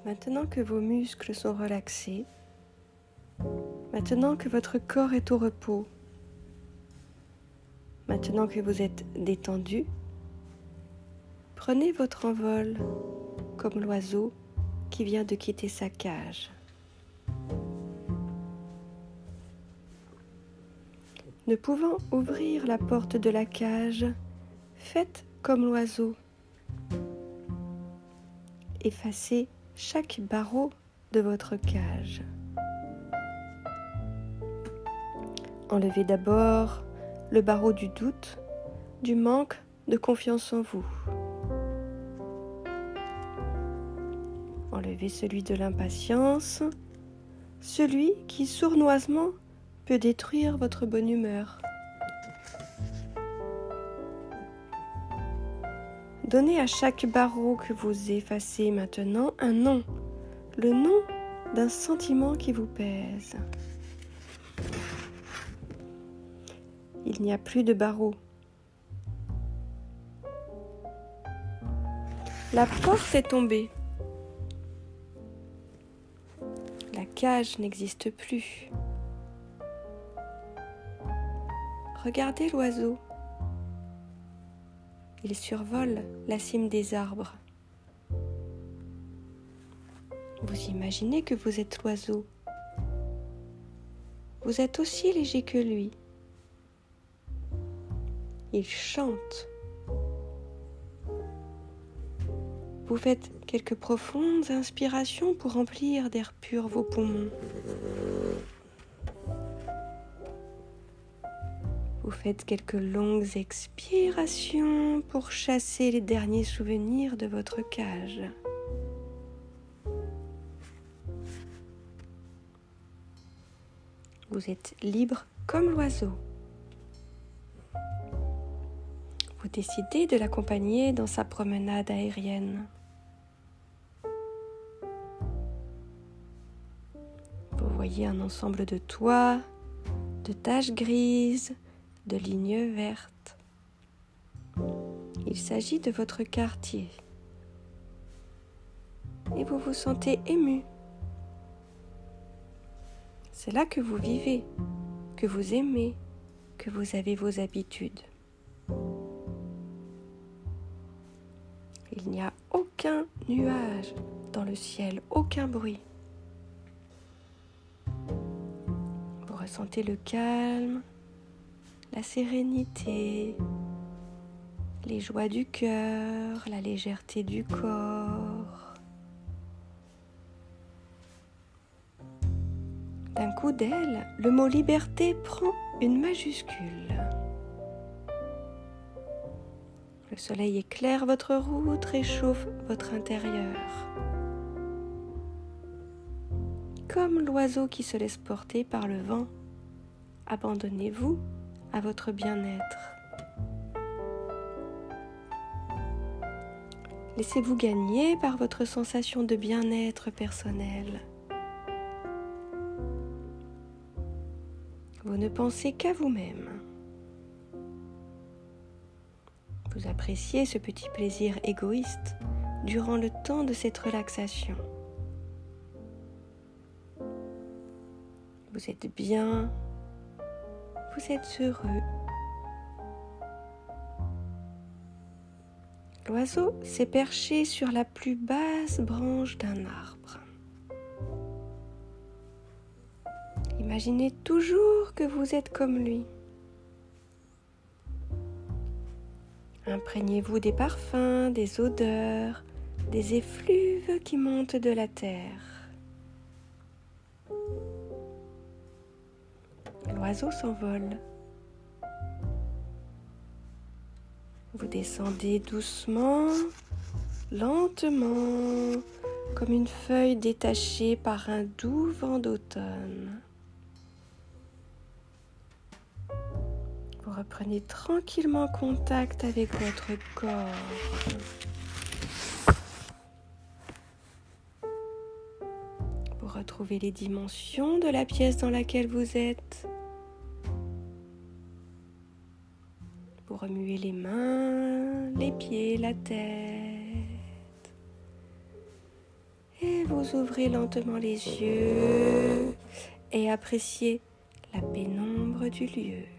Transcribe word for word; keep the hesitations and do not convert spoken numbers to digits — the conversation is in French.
Maintenant que vos muscles sont relaxés, maintenant que votre corps est au repos, maintenant que vous êtes détendu, prenez votre envol comme l'oiseau qui vient de quitter sa cage. Ne pouvant ouvrir la porte de la cage, faites comme l'oiseau. Effacez chaque barreau de votre cage. Enlevez d'abord le barreau du doute, du manque de confiance en vous. Enlevez celui de l'impatience, celui qui sournoisement peut détruire votre bonne humeur. Donnez à chaque barreau que vous effacez maintenant un nom, le nom d'un sentiment qui vous pèse. Il n'y a plus de barreaux. La porte est tombée. La cage n'existe plus. Regardez l'oiseau. Il survole la cime des arbres. Vous imaginez que vous êtes l'oiseau. Vous êtes aussi léger que lui. Il chante. Vous faites quelques profondes inspirations pour remplir d'air pur vos poumons. Vous faites quelques longues expirations pour chasser les derniers souvenirs de votre cage. Vous êtes libre comme l'oiseau. Vous décidez de l'accompagner dans sa promenade aérienne. Vous voyez un ensemble de toits, de taches grises, de lignes vertes. Il s'agit de votre quartier. Et vous vous sentez ému. C'est là que vous vivez, que vous aimez, que vous avez vos habitudes. Il n'y a aucun nuage dans le ciel, aucun bruit. Vous ressentez le calme, la sérénité, les joies du cœur, la légèreté du corps. D'un coup d'aile, le mot liberté prend une majuscule. Le soleil éclaire votre route, réchauffe votre intérieur. Comme l'oiseau qui se laisse porter par le vent, abandonnez-vous à votre bien-être. Laissez-vous gagner par votre sensation de bien-être personnel. Vous ne pensez qu'à vous-même. Vous appréciez ce petit plaisir égoïste durant le temps de cette relaxation. Vous êtes bien, vous êtes heureux. L'oiseau s'est perché sur la plus basse branche d'un arbre. Imaginez toujours que vous êtes comme lui. Imprégnez-vous des parfums, des odeurs, des effluves qui montent de la terre. L'oiseau s'envole. Vous descendez doucement, lentement, comme une feuille détachée par un doux vent d'automne. Vous reprenez tranquillement contact avec votre corps. Vous retrouvez les dimensions de la pièce dans laquelle vous êtes. Vous remuez les mains, les pieds, la tête. Et vous ouvrez lentement les yeux et appréciez la pénombre du lieu.